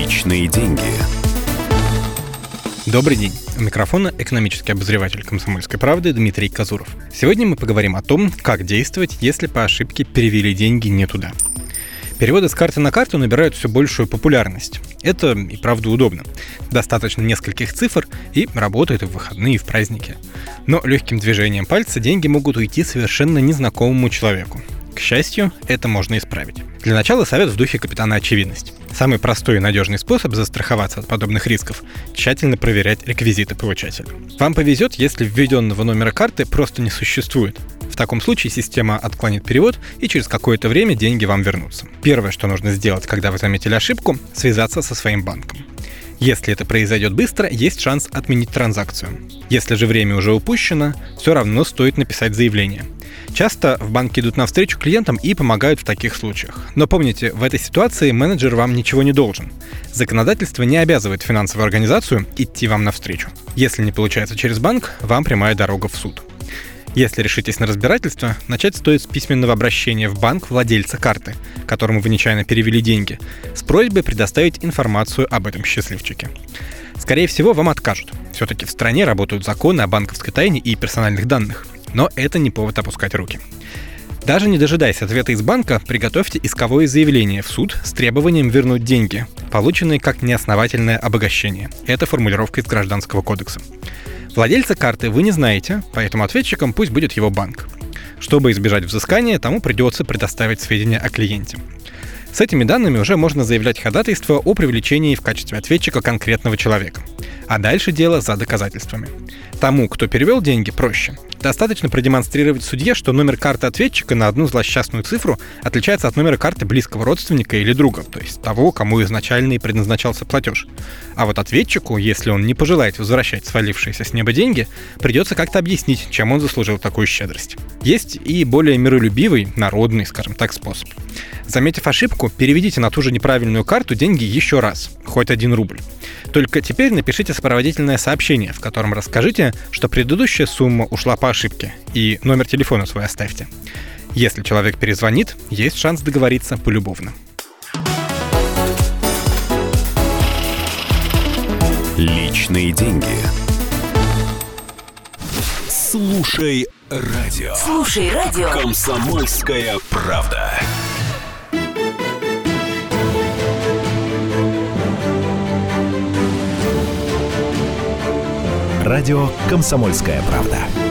Личные деньги. Добрый день. У микрофона экономический обозреватель «Комсомольской правды» Дмитрий Казуров. Сегодня мы поговорим о том, как действовать, если по ошибке перевели деньги не туда. Переводы с карты на карту набирают все большую популярность. Это и правда удобно. Достаточно нескольких цифр и работает и в выходные, и в праздники. Но легким движением пальца деньги могут уйти совершенно незнакомому человеку. К счастью, это можно исправить. Для начала совет в духе капитана очевидность. Самый простой и надежный способ застраховаться от подобных рисков – тщательно проверять реквизиты получателя. Вам повезет, если введенного номера карты просто не существует. В таком случае система отклонит перевод, и через какое-то время деньги вам вернутся. Первое, что нужно сделать, когда вы заметили ошибку – связаться со своим банком. Если это произойдет быстро, есть шанс отменить транзакцию. Если же время уже упущено, все равно стоит написать заявление. Часто в банке идут навстречу клиентам и помогают в таких случаях. Но помните, в этой ситуации менеджер вам ничего не должен. Законодательство не обязывает финансовую организацию идти вам навстречу. Если не получается через банк, вам прямая дорога в суд. Если решитесь на разбирательство, начать стоит с письменного обращения в банк владельца карты, которому вы нечаянно перевели деньги, с просьбой предоставить информацию об этом счастливчике. Скорее всего, вам откажут. Все-таки в стране работают законы о банковской тайне и персональных данных. Но это не повод опускать руки. Даже не дожидаясь ответа из банка, приготовьте исковое заявление в суд с требованием вернуть деньги, полученные как неосновательное обогащение. Это формулировка из Гражданского кодекса. Владельца карты вы не знаете, поэтому ответчиком пусть будет его банк. Чтобы избежать взыскания, тому придется предоставить сведения о клиенте. С этими данными уже можно заявлять ходатайство о привлечении в качестве ответчика конкретного человека. А дальше дело за доказательствами. Тому, кто перевел деньги, проще. Достаточно продемонстрировать судье, что номер карты ответчика на одну злосчастную цифру отличается от номера карты близкого родственника или друга, то есть того, кому изначально и предназначался платеж. А вот ответчику, если он не пожелает возвращать свалившиеся с неба деньги, придется как-то объяснить, чем он заслужил такую щедрость. Есть и более миролюбивый, народный, скажем так, способ. Заметив ошибку, переведите на ту же неправильную карту деньги еще раз, хоть 1 рубль. Только теперь напишите сопроводительное сообщение, в котором расскажите, что предыдущая сумма ушла по ошибке, и номер телефона свой оставьте. Если человек перезвонит, есть шанс договориться полюбовно. Личные деньги. Слушай радио. Слушай радио. Комсомольская правда. Радио «Комсомольская правда».